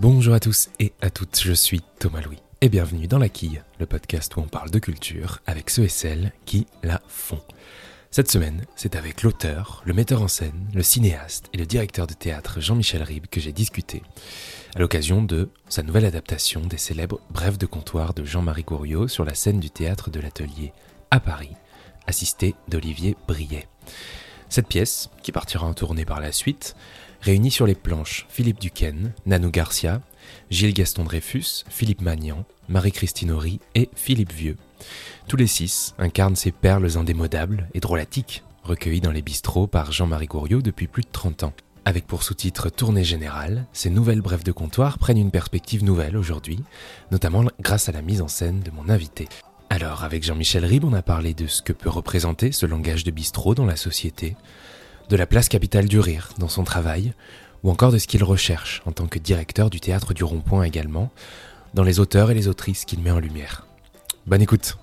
Bonjour à tous et à toutes, je suis Thomas Louis et bienvenue dans La Quille, le podcast où on parle de culture avec ceux et celles qui la font. Cette semaine, c'est avec l'auteur, le metteur en scène, le cinéaste et le directeur de théâtre Jean-Michel Ribes que j'ai discuté à l'occasion de sa nouvelle adaptation des célèbres Brèves de comptoir de Jean-Marie Gouriaud sur la scène du théâtre de l'Atelier à Paris, assisté d'Olivier Briet. Cette pièce, qui partira en tournée par la suite, réunit sur les planches Philippe Duquesne, Nanou Garcia, Gilles Gaston Dreyfus, Philippe Magnan, Marie-Christine Horry et Philippe Vieux. Tous les 6 incarnent ces perles indémodables et drôlatiques, recueillies dans les bistrots par Jean-Marie Gouriaud depuis plus de 30 ans. Avec pour sous-titre Tournée générale, ces nouvelles brèves de comptoir prennent une perspective nouvelle aujourd'hui, notamment grâce à la mise en scène de mon invité. Alors, avec Jean-Michel Ribes, on a parlé de ce que peut représenter ce langage de bistrot dans la société, de la place capitale du rire dans son travail, ou encore de ce qu'il recherche en tant que directeur du théâtre du Rond-Point également, dans les auteurs et les autrices qu'il met en lumière. Bonne écoute.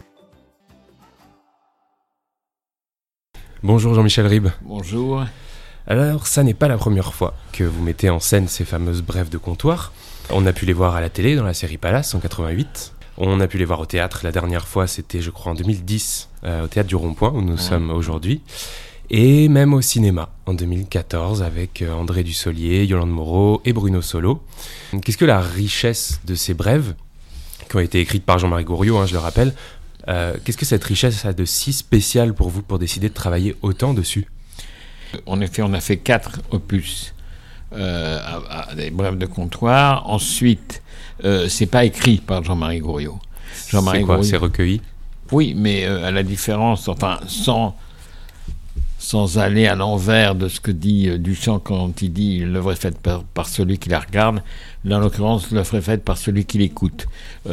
Bonjour Jean-Michel Ribes. Bonjour. Alors, ça n'est pas la première fois que vous mettez en scène ces fameuses brèves de comptoir. On a pu les voir à la télé dans la série Palace en 88. On a pu les voir au théâtre. La dernière fois, c'était, je crois, en 2010, au théâtre du Rond-Point, où nous sommes aujourd'hui. Et même au cinéma, en 2014, avec André Dussolier, Yolande Moreau et Bruno Solo. Qu'est-ce que la richesse de ces brèves, qui ont été écrites par Jean-Marie Gouriaud, je le rappelle, qu'est-ce que cette richesse a de si spécial pour vous pour décider de travailler autant dessus ? En effet, on a fait 4 opus des brèves de comptoir. Ensuite, c'est pas écrit par Jean-Marie Gouriaud. C'est quoi ? C'est recueilli ? Oui, mais à la différence, enfin, sans aller à l'envers de ce que dit Duchamp quand il dit l'œuvre est faite par celui qui la regarde. Là, en l'occurrence, l'œuvre est faite par celui qui l'écoute.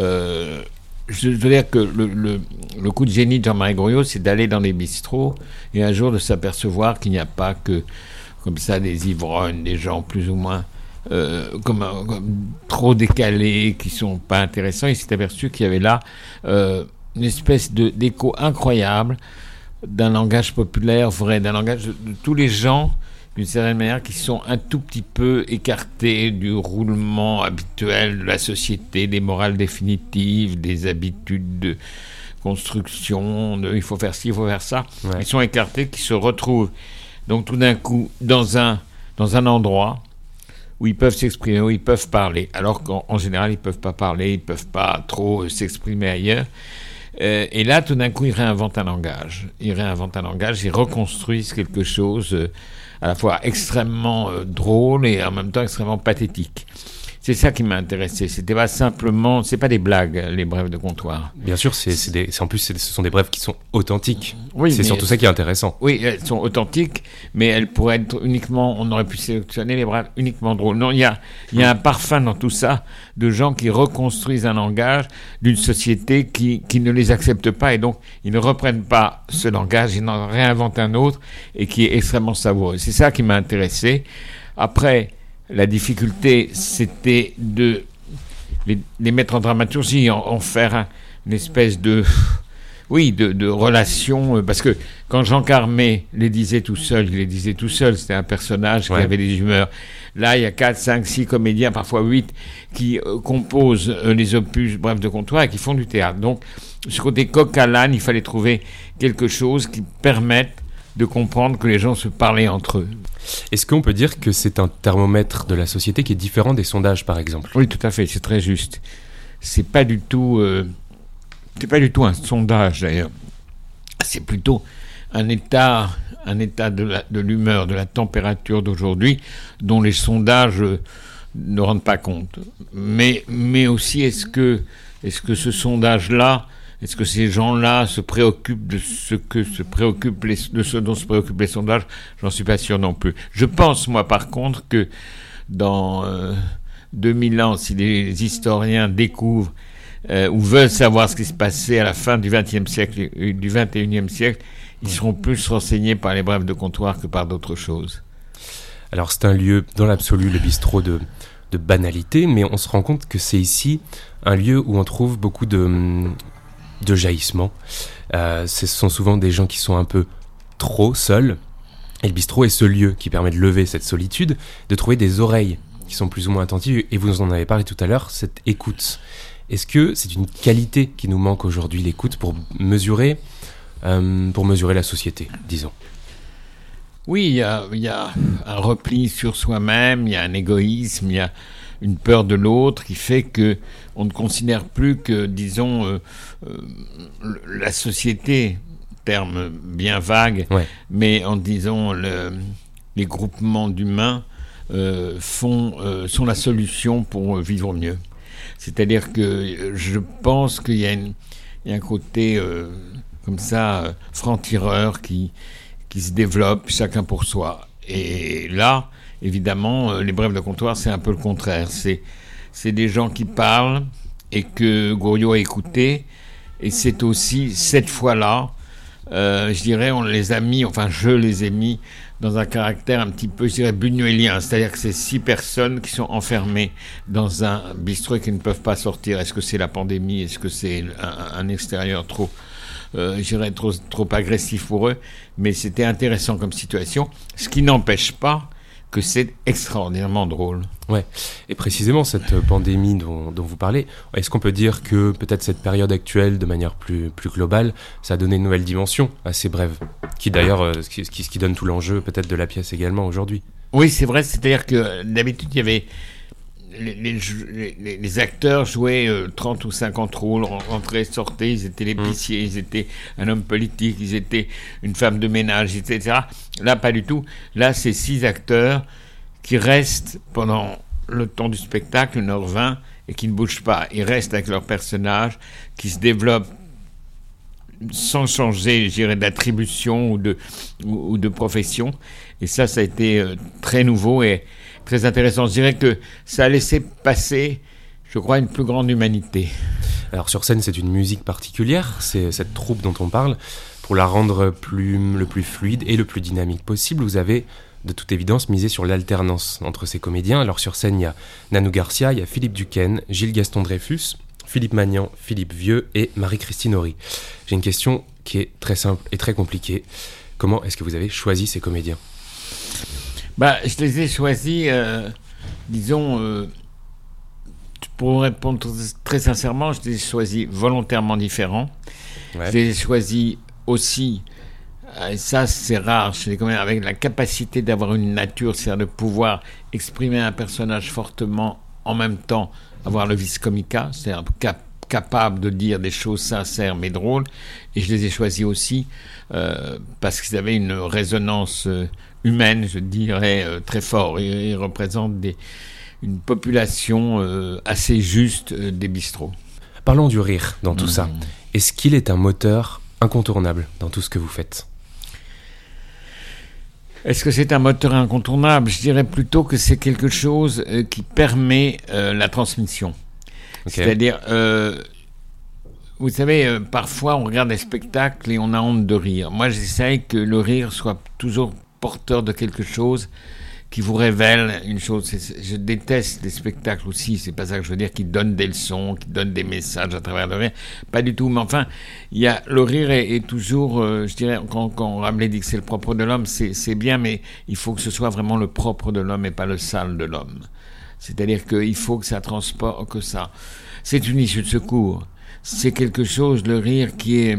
Je veux dire que le coup de génie de Jean-Marie Gouriaud, c'est d'aller dans les bistrots et un jour de s'apercevoir qu'il n'y a pas que comme ça des ivrognes, des gens plus ou moins comme trop décalés, qui sont pas intéressants. Il s'est aperçu qu'il y avait là une espèce d'écho incroyable d'un langage populaire vrai, d'un langage de tous les gens, d'une certaine manière, qui sont un tout petit peu écartés du roulement habituel de la société, des morales définitives, des habitudes de construction, il faut faire ci, il faut faire ça. Ouais. Ils sont écartés, qui se retrouvent donc tout d'un coup dans un endroit où ils peuvent s'exprimer, où ils peuvent parler, alors qu'en général ils ne peuvent pas parler, ils ne peuvent pas trop s'exprimer ailleurs. Et là, tout d'un coup, ils réinventent un langage. Ils reconstruisent quelque chose à la fois extrêmement drôle et en même temps extrêmement pathétique. C'est ça qui m'a intéressé. C'était pas simplement, c'est pas des blagues, les brèves de comptoir. Bien sûr, en plus, ce sont des brèves qui sont authentiques. Oui, c'est surtout ça qui est intéressant. Oui, elles sont authentiques, mais elles pourraient être uniquement, on aurait pu sélectionner les brèves uniquement drôles. Non, il y a un parfum dans tout ça de gens qui reconstruisent un langage d'une société qui ne les accepte pas, et donc ils ne reprennent pas ce langage, ils en réinventent un autre et qui est extrêmement savoureux. C'est ça qui m'a intéressé. Après, la difficulté, c'était de les mettre en dramaturgie, en faire une espèce de relation, parce que quand Jean Carmé les disait tout seul, c'était un personnage qui avait des humeurs. Là, il y a 4, 5, 6 comédiens, parfois 8, qui composent les opus brefs de comptoir et qui font du théâtre. Donc, ce côté coq à l'âne, il fallait trouver quelque chose qui permette de comprendre que les gens se parlaient entre eux. Est-ce qu'on peut dire que c'est un thermomètre de la société qui est différent des sondages, par exemple ? Oui, tout à fait, c'est très juste. C'est pas du tout un sondage, d'ailleurs. C'est plutôt un état de l'humeur, de la température d'aujourd'hui, dont les sondages ne rendent pas compte. Mais aussi, est-ce que ce sondage-là, est-ce que ces gens-là se préoccupent de ce dont se préoccupent les sondages ? J'en suis pas sûr non plus. Je pense, moi, par contre, que dans 2000 ans, si les historiens découvrent ou veulent savoir ce qui se passait à la fin du XXe siècle et du XXIe siècle, ils seront plus renseignés par les brèves de comptoir que par d'autres choses. Alors, c'est un lieu, dans l'absolu, le bistrot de banalité, mais on se rend compte que c'est ici un lieu où on trouve beaucoup de jaillissements. Ce sont souvent des gens qui sont un peu trop seuls. Et le bistrot est ce lieu qui permet de lever cette solitude, de trouver des oreilles qui sont plus ou moins attentifs, et vous en avez parlé tout à l'heure, cette écoute. Est-ce que c'est une qualité qui nous manque aujourd'hui, l'écoute, pour mesurer la société, disons? Oui, il y a un repli sur soi-même, il y a un égoïsme, il y a une peur de l'autre qui fait que on ne considère plus que, disons, la société, terme bien vague, mais en disant les groupements d'humains sont la solution pour vivre mieux. C'est-à-dire que je pense qu'il y a un côté comme ça, franc-tireur qui se développe, chacun pour soi. Et là, évidemment, les brèves de comptoir, c'est un peu le contraire. C'est des gens qui parlent et que Goriot a écouté. Et c'est aussi, cette fois-là, je dirais, je les ai mis dans un caractère un petit peu, je dirais, buñuelien. C'est-à-dire que c'est 6 personnes qui sont enfermées dans un bistrot et qui ne peuvent pas sortir. Est-ce que c'est la pandémie? Est-ce que c'est un extérieur trop agressif pour eux? Mais c'était intéressant comme situation, ce qui n'empêche pas que c'est extraordinairement drôle. Ouais, et précisément cette pandémie dont vous parlez, est-ce qu'on peut dire que peut-être cette période actuelle, de manière plus globale, ça a donné une nouvelle dimension à ces brèves, qui d'ailleurs, ce qui donne tout l'enjeu peut-être de la pièce également aujourd'hui? Oui, c'est vrai, c'est-à-dire que d'habitude il y avait les acteurs jouaient 30 ou 50 rôles, rentraient, sortaient, ils étaient l'épicier, ils étaient un homme politique, ils étaient une femme de ménage, etc. Là, pas du tout. Là, c'est 6 acteurs qui restent pendant le temps du spectacle, 1h20, et qui ne bougent pas. Ils restent avec leur personnage, qui se développent sans changer, je dirais, d'attribution ou de profession. Et ça a été très nouveau et très intéressant. Je dirais que ça a laissé passer, je crois, une plus grande humanité. Alors sur scène, c'est une musique particulière, c'est cette troupe dont on parle. Pour la rendre le plus fluide et le plus dynamique possible, vous avez de toute évidence misé sur l'alternance entre ces comédiens. Alors sur scène, il y a Nanou Garcia, il y a Philippe Duquesne, Gilles Gaston Dreyfus, Philippe Magnan, Philippe Vieux et Marie-Christine Horry. J'ai une question qui est très simple et très compliquée. Comment est-ce que vous avez choisi ces comédiens ? Je les ai choisis, pour répondre très sincèrement, je les ai choisis volontairement différents. Ouais. Je les ai choisis aussi, et ça c'est rare chez les comédiens, avec la capacité d'avoir une nature, c'est-à-dire de pouvoir exprimer un personnage fortement, en même temps avoir le vis comica, c'est-à-dire capable de dire des choses sincères mais drôles. Et je les ai choisis aussi parce qu'ils avaient une résonance humaine, je dirais, très fort. Ils représentent une population assez juste des bistrots. Parlons du rire dans tout ça. Est-ce qu'il est un moteur incontournable dans tout ce que vous faites ? Est-ce que c'est un moteur incontournable ? Je dirais plutôt que c'est quelque chose qui permet la transmission. Okay. C'est-à-dire, vous savez, parfois on regarde des spectacles et on a honte de rire. Moi, j'essaye que le rire soit toujours porteur de quelque chose qui vous révèle une chose. Je déteste les spectacles aussi, c'est pas ça que je veux dire, qui donnent des leçons, qui donnent des messages à travers le rire. Pas du tout, mais enfin, le rire est toujours, je dirais, quand Rabelais dit que c'est le propre de l'homme, c'est bien, mais il faut que ce soit vraiment le propre de l'homme et pas le sale de l'homme. C'est-à-dire qu'il faut que ça transporte, que ça... C'est une issue de secours. C'est quelque chose, le rire, qui est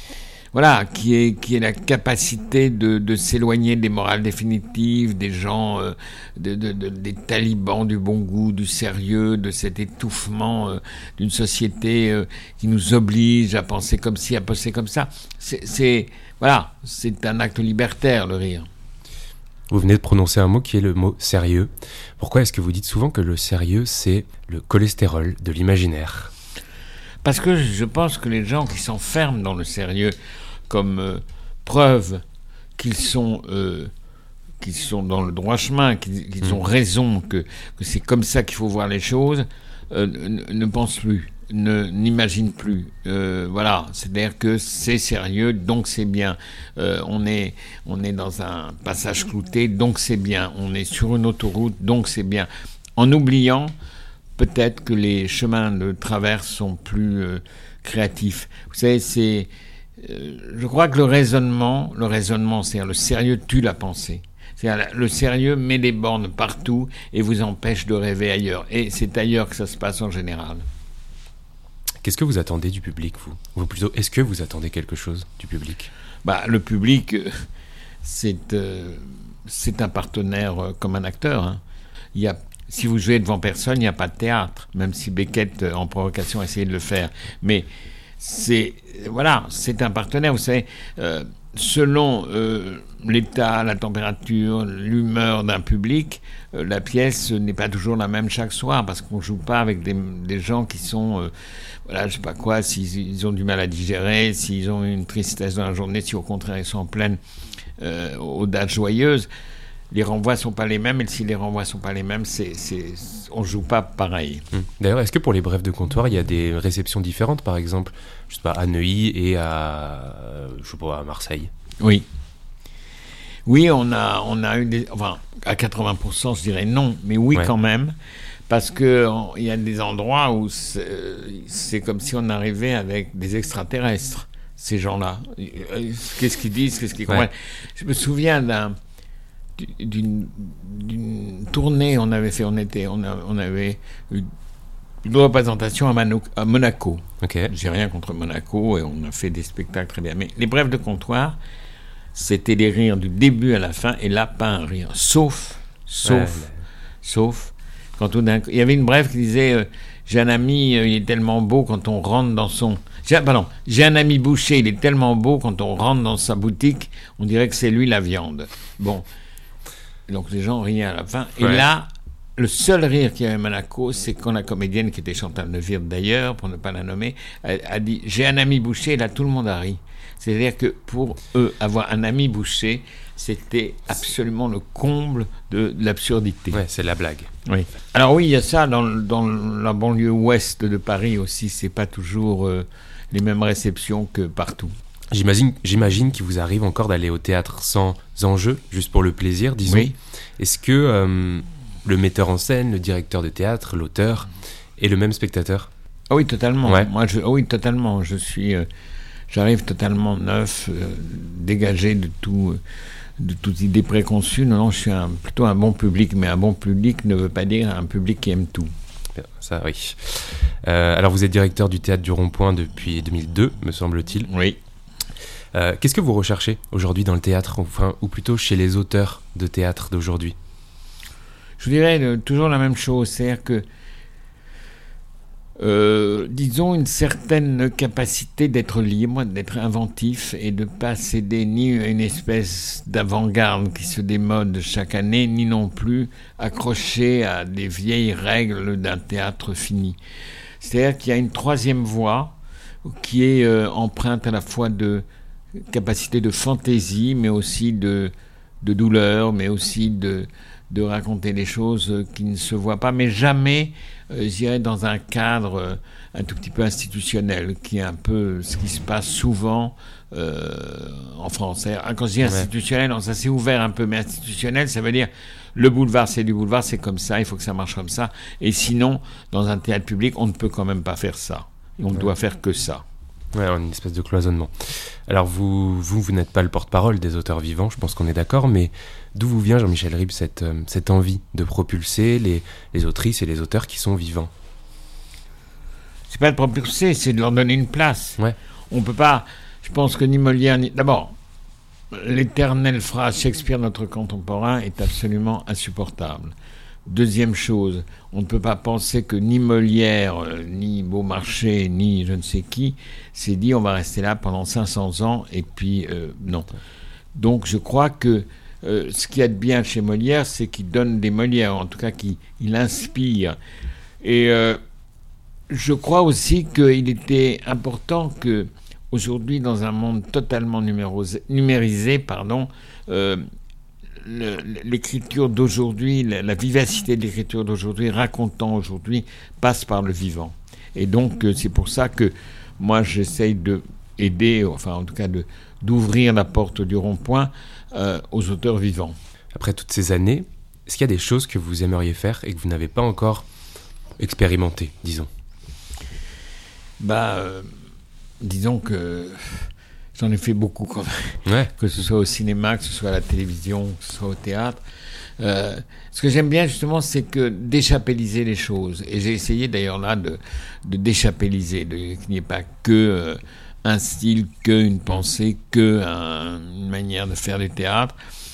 la capacité de s'éloigner des morales définitives, des gens, des talibans du bon goût, du sérieux, de cet étouffement d'une société qui nous oblige à penser comme ci, à penser comme ça. C'est un acte libertaire, le rire. Vous venez de prononcer un mot qui est le mot sérieux. Pourquoi est-ce que vous dites souvent que le sérieux, c'est le cholestérol de l'imaginaire ? Parce que je pense que les gens qui s'enferment dans le sérieux comme preuve qu'ils sont dans le droit chemin, qu'ils ont raison, que c'est comme ça qu'il faut voir les choses, ne pensent plus, n'imaginent plus. C'est-à-dire que c'est sérieux, donc c'est bien. On est dans un passage clouté, donc c'est bien. On est sur une autoroute, donc c'est bien. En oubliant peut-être que les chemins de traverse sont plus créatifs. Vous savez, je crois que le raisonnement, c'est-à-dire le sérieux tue la pensée. C'est-à-dire, le sérieux met des bornes partout et vous empêche de rêver ailleurs. Et c'est ailleurs que ça se passe en général. Qu'est-ce que vous attendez du public, vous ? Ou plutôt, est-ce que vous attendez quelque chose du public ? Le public, c'est un partenaire comme un acteur. Hein. Si vous jouez devant personne, il n'y a pas de théâtre, même si Beckett, en provocation, a essayé de le faire. Mais c'est un partenaire, vous savez, selon l'état, la température, l'humeur d'un public, la pièce n'est pas toujours la même chaque soir, parce qu'on ne joue pas avec des gens qui sont, je sais pas quoi, s'ils ont du mal à digérer, s'ils ont une tristesse dans la journée, si au contraire ils sont en pleine audace joyeuse. Les renvois ne sont pas les mêmes, et si les renvois ne sont pas les mêmes, on ne joue pas pareil. D'ailleurs, est-ce que pour les brèves de comptoir, il y a des réceptions différentes, par exemple, je sais pas, à Neuilly et à Marseille ? Oui. Oui, on a eu à 80%, je dirais non, mais oui, ouais. Quand même, parce qu'il y a des endroits où c'est comme si on arrivait avec des extraterrestres, ces gens-là. Qu'est-ce qu'ils disent, qu'est-ce qu'ils comprennent ? Je me souviens d'une tournée on avait fait, on avait eu une représentation à Monaco. Okay. J'ai rien contre Monaco et on a fait des spectacles très bien. Mais les brèves de comptoir, c'était des rires du début à la fin et là pas un rire. Sauf quand tout d'un coup, il y avait une brève qui disait j'ai un ami, il est tellement beau quand on rentre dans son... J'ai un ami boucher, il est tellement beau quand on rentre dans sa boutique, on dirait que c'est lui la viande. Bon. Donc les gens riaient à la fin. Et là, le seul rire qu'il y avait à Monaco, c'est quand la comédienne, qui était Chantal Neuwirth d'ailleurs, pour ne pas la nommer, a dit « J'ai un ami boucher », et là tout le monde a ri. C'est-à-dire que pour eux, avoir un ami boucher, c'était absolument le comble de l'absurdité. Ouais, c'est la blague. Oui. Alors oui, il y a ça dans la banlieue ouest de Paris aussi, c'est pas toujours les mêmes réceptions que partout. J'imagine qu'il vous arrive encore d'aller au théâtre sans enjeu, juste pour le plaisir, disons. Oui. Est-ce que le metteur en scène, le directeur de théâtre, l'auteur, est le même spectateur ? Oui, totalement. Ouais. Oui, totalement. J'arrive totalement neuf, dégagé de toute idée préconçue. Non, je suis plutôt un bon public, mais un bon public ne veut pas dire un public qui aime tout. Ça, oui. Alors, vous êtes directeur du Théâtre du Rond-Point depuis 2002, me semble-t-il. Oui. Qu'est-ce que vous recherchez aujourd'hui dans le théâtre, ou plutôt chez les auteurs de théâtre d'aujourd'hui ? Je dirais toujours la même chose, c'est-à-dire que, disons, une certaine capacité d'être libre, d'être inventif et de ne pas céder ni à une espèce d'avant-garde qui se démode chaque année, ni non plus accroché à des vieilles règles d'un théâtre fini. C'est-à-dire qu'il y a une troisième voie qui est empreinte à la fois de capacité de fantaisie, mais aussi de douleur, mais aussi de raconter des choses qui ne se voient pas, mais jamais, je dirais, dans un cadre un tout petit peu institutionnel, qui est un peu ce qui se passe souvent en France. Quand je dis institutionnel, ça s'est ouvert un peu, mais institutionnel, ça veut dire le boulevard, c'est du boulevard, c'est comme ça, il faut que ça marche comme ça, et sinon, dans un théâtre public, on ne peut quand même pas faire ça. Et on ne doit faire que ça. Ouais, une espèce de cloisonnement. Alors vous n'êtes pas le porte-parole des auteurs vivants, je pense qu'on est d'accord, mais d'où vous vient, Jean-Michel Ribes, cette envie de propulser les autrices et les auteurs qui sont vivants ? C'est pas de propulser, c'est de leur donner une place. Ouais. On peut pas... Je pense que ni Molière, D'abord, l'éternelle phrase « Shakespeare, notre contemporain » est absolument insupportable. Deuxième chose, on ne peut pas penser que ni Molière, ni Beaumarchais, ni je ne sais qui s'est dit on va rester là pendant 500 ans et puis non. Donc je crois que ce qu'il y a de bien chez Molière, c'est qu'il donne des Molières, en tout cas qu'il inspire. Et je crois aussi qu'il était important que aujourd'hui, dans un monde totalement numérisé, l'écriture d'aujourd'hui, la vivacité de l'écriture d'aujourd'hui, racontant aujourd'hui, passe par le vivant. Et donc, c'est pour ça que moi, j'essaye d'aider, enfin, en tout cas, d'ouvrir la porte du rond-point aux auteurs vivants. Après toutes ces années, est-ce qu'il y a des choses que vous aimeriez faire et que vous n'avez pas encore expérimentées, disons ? Disons que J'en ai fait beaucoup quand même. Ouais. Que ce soit au cinéma, que ce soit à la télévision, que ce soit au théâtre. Ce que j'aime bien justement, c'est que d'échapéliser les choses. Et j'ai essayé d'ailleurs là de d'échapéliser, qu'il n'y ait pas que un style, que une pensée, que une manière de faire du théâtre.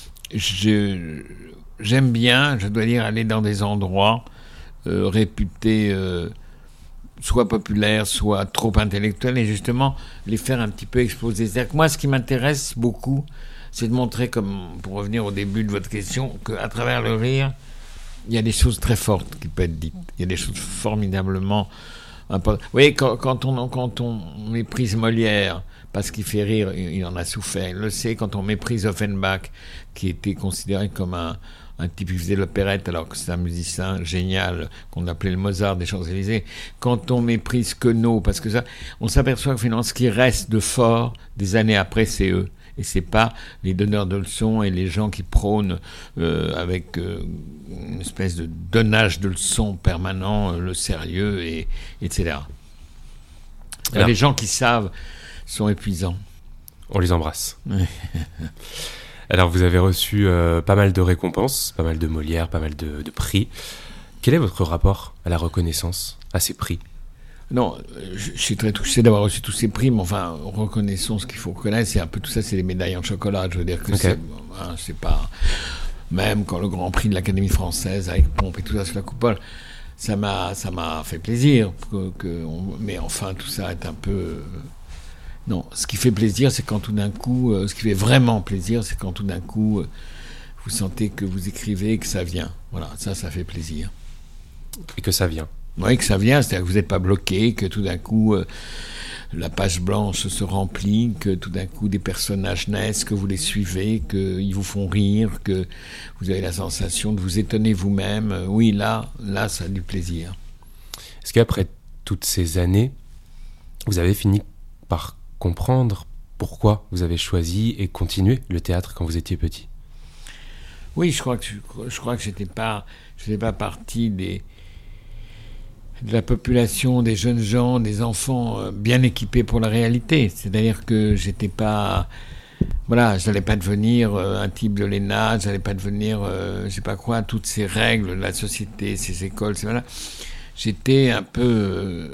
J'aime bien, je dois dire, aller dans des endroits réputés soit populaires, soit trop intellectuels, et justement les faire un petit peu exploser. C'est-à-dire que moi, ce qui m'intéresse beaucoup, c'est de montrer, comme pour revenir au début de votre question, qu'à travers le rire, il y a des choses très fortes qui peuvent être dites. Il y a des choses formidablement importantes. Vous voyez, quand on méprise Molière parce qu'il fait rire, il en a souffert. Il le sait. Quand on méprise Offenbach, qui était considéré comme un type qui faisait l'opérette alors que c'est un musicien génial qu'on appelait le Mozart des Champs-Élysées. Quand on méprise Queneau, parce que ça, on s'aperçoit que finalement ce qui reste de fort des années après, c'est eux. Et c'est pas les donneurs de leçons et les gens qui prônent avec une espèce de donnage de leçons permanent le sérieux, etc. Alors, les gens qui savent sont épuisants. On les embrasse. Alors, vous avez reçu pas mal de récompenses, pas mal de Molière, pas mal de prix. Quel est votre rapport à la reconnaissance, à ces prix ? Non, je suis très touché d'avoir reçu tous ces prix, mais enfin, reconnaissons ce qu'il faut reconnaître, c'est un peu tout ça, c'est les médailles en chocolat. Je veux dire que c'est pas... Même quand le Grand Prix de l'Académie française, avec pompe et tout ça sur la coupole, ça m'a fait plaisir. Mais enfin, tout ça est un peu... Non, ce qui fait plaisir, c'est quand tout d'un coup... ce qui fait vraiment plaisir, c'est quand tout d'un coup, vous sentez que vous écrivez et que ça vient. Voilà, ça fait plaisir. Et que ça vient. Oui, que ça vient, c'est-à-dire que vous n'êtes pas bloqué, que tout d'un coup la page blanche se remplit, que tout d'un coup des personnages naissent, que vous les suivez, qu'ils vous font rire, que vous avez la sensation de vous étonner vous-même. Oui, là, ça a du plaisir. Est-ce qu'après toutes ces années, vous avez fini par comprendre pourquoi vous avez choisi et continué le théâtre quand vous étiez petit ? Oui, je crois que j'étais pas parti de la population, des jeunes gens, des enfants bien équipés pour la réalité. C'est-à-dire que j'étais pas... Voilà, j'allais pas devenir un type de l'ENA, j'allais pas devenir, je sais pas quoi, toutes ces règles de la société, ces écoles, voilà. J'étais un peu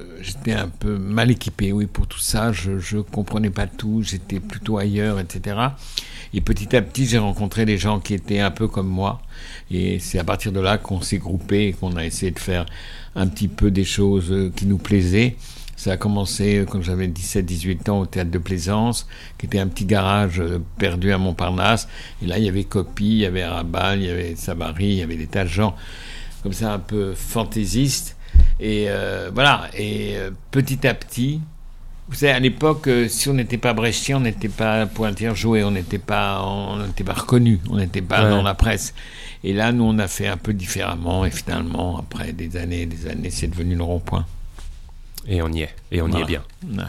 mal équipé, oui, pour tout ça. Je comprenais pas tout, j'étais plutôt ailleurs, etc. Et petit à petit, j'ai rencontré des gens qui étaient un peu comme moi. Et c'est à partir de là qu'on s'est groupés et qu'on a essayé de faire un petit peu des choses qui nous plaisaient. Ça a commencé quand j'avais 17-18 ans au Théâtre de Plaisance, qui était un petit garage perdu à Montparnasse. Et là, il y avait Copy, il y avait Rabal, il y avait Savary, il y avait des tas de gens comme ça un peu fantaisistes. Et voilà. Et petit à petit... Vous savez, à l'époque, si on n'était pas brechtien, on n'était pas pointilleur joué, on n'était pas reconnu, on n'était pas dans la presse. Et là, nous, on a fait un peu différemment, et finalement, après des années, c'est devenu le rond-point. Et on y est, et on y est bien.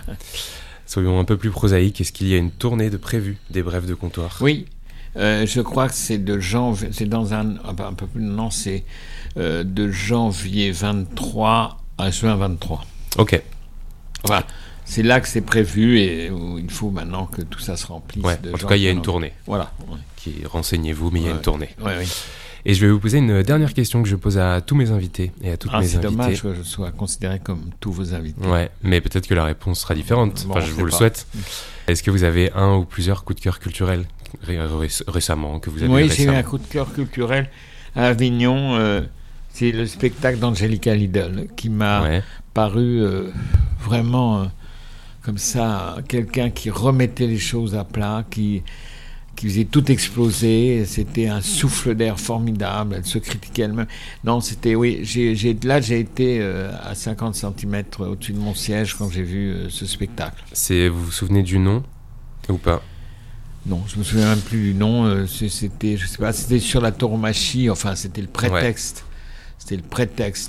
Soyons un peu plus prosaïques, est-ce qu'il y a une tournée de prévue des Brèves de Comptoir ? Oui, je crois que c'est c'est dans un peu plus non, c'est de janvier 23 à juin 23. Ok. Voilà. C'est là que c'est prévu et où il faut maintenant que tout ça se remplisse. Ouais, en tout cas, il y a une tournée. Voilà. Renseignez-vous, mais il y a une tournée. Oui. Et je vais vous poser une dernière question que je pose à tous mes invités et à toutes mes invitées. C'est dommage que je sois considéré comme tous vos invités. Ouais, mais peut-être que la réponse sera différente. Enfin, je vous le souhaite. Est-ce que vous avez un ou plusieurs coups de cœur culturels récemment que vous avez Oui, j'ai eu un coup de cœur culturel à Avignon. C'est le spectacle d'Angelica Lidl qui m'a paru vraiment... comme ça, quelqu'un qui remettait les choses à plat, qui faisait tout exploser. C'était un souffle d'air formidable. Elle se critiquait elle-même. Non, c'était... Oui, j'ai été à 50 cm au-dessus de mon siège quand j'ai vu ce spectacle. Vous vous souvenez du nom ou pas ? Non, je me souviens même plus du nom. C'était, je sais pas, c'était sur la tauromachie. Enfin, c'était le prétexte. Ouais. C'était le prétexte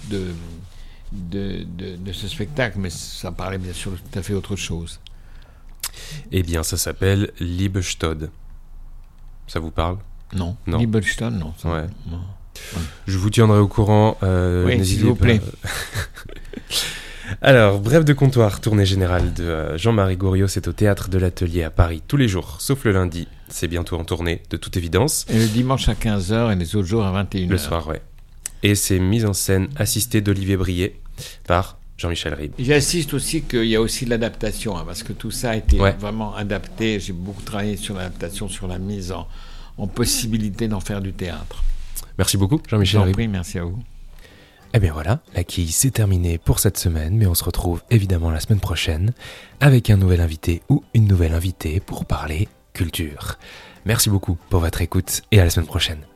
de ce spectacle, mais ça parlait bien sûr de tout à fait autre chose. Eh bien, ça s'appelle Liebestod. Ça vous parle ? Non. Liebestod, non. Ouais. Non. Je vous tiendrai au courant. Oui, s'il vous plaît. Alors, Bref de comptoir, tournée générale de Jean-Marie Gouriot, c'est au Théâtre de l'Atelier à Paris tous les jours, sauf le lundi. C'est bientôt en tournée, de toute évidence. Et le dimanche à 15h et les autres jours à 21h. Le soir, ouais. Et c'est mise en scène assistée d'Olivier Brié par Jean-Michel Ribes. J'assiste aussi qu'il y a aussi l'adaptation, parce que tout ça a été vraiment adapté. J'ai beaucoup travaillé sur l'adaptation, sur la mise en possibilité d'en faire du théâtre. Merci beaucoup, Jean-Michel Ribes. Oui, merci à vous. Eh bien voilà, la quille, c'est terminé pour cette semaine, mais on se retrouve évidemment la semaine prochaine avec un nouvel invité ou une nouvelle invitée pour parler culture. Merci beaucoup pour votre écoute et à la semaine prochaine.